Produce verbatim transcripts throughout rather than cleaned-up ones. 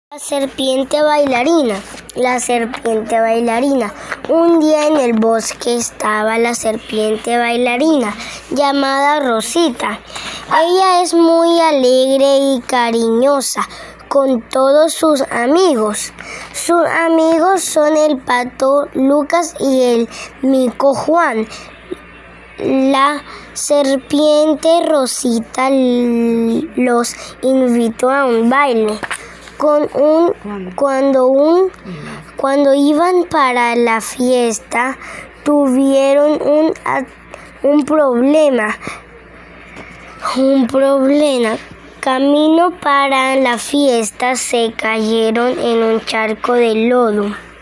La serpiente bailarina. La serpiente bailarina. Un día en el bosque estaba la serpiente bailarina, llamada Rosita. Ella es muy alegre y cariñosa con todos sus amigos. Sus amigos son el pato Lucas y el mico Juan. La serpiente Rosita los invitó a un baile. Con un, cuando, un, cuando iban para la fiesta, tuvieron un, un problema. Un problema. Camino para la fiesta se cayeron en un charco de lodo.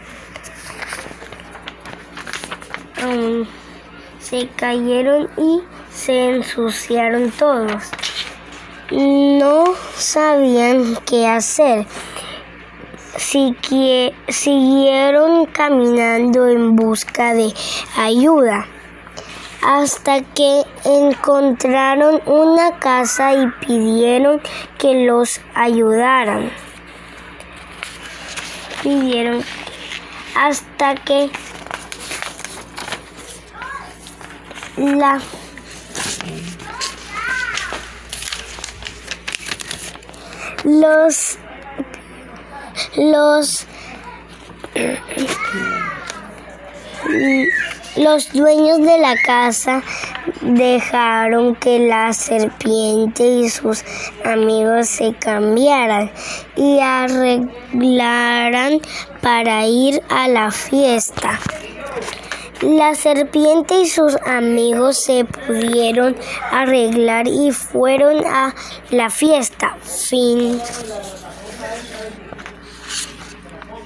Um, se cayeron y se ensuciaron todos. No sabían qué hacer. Siguieron caminando en busca de ayuda hasta que encontraron una casa y pidieron que los ayudaran. Pidieron hasta que la Los, los, los dueños de la casa dejaron que la serpiente y sus amigos se cambiaran y arreglaran para ir a la fiesta. La serpiente y sus amigos se pudieron arreglar y fueron a la fiesta. Fin.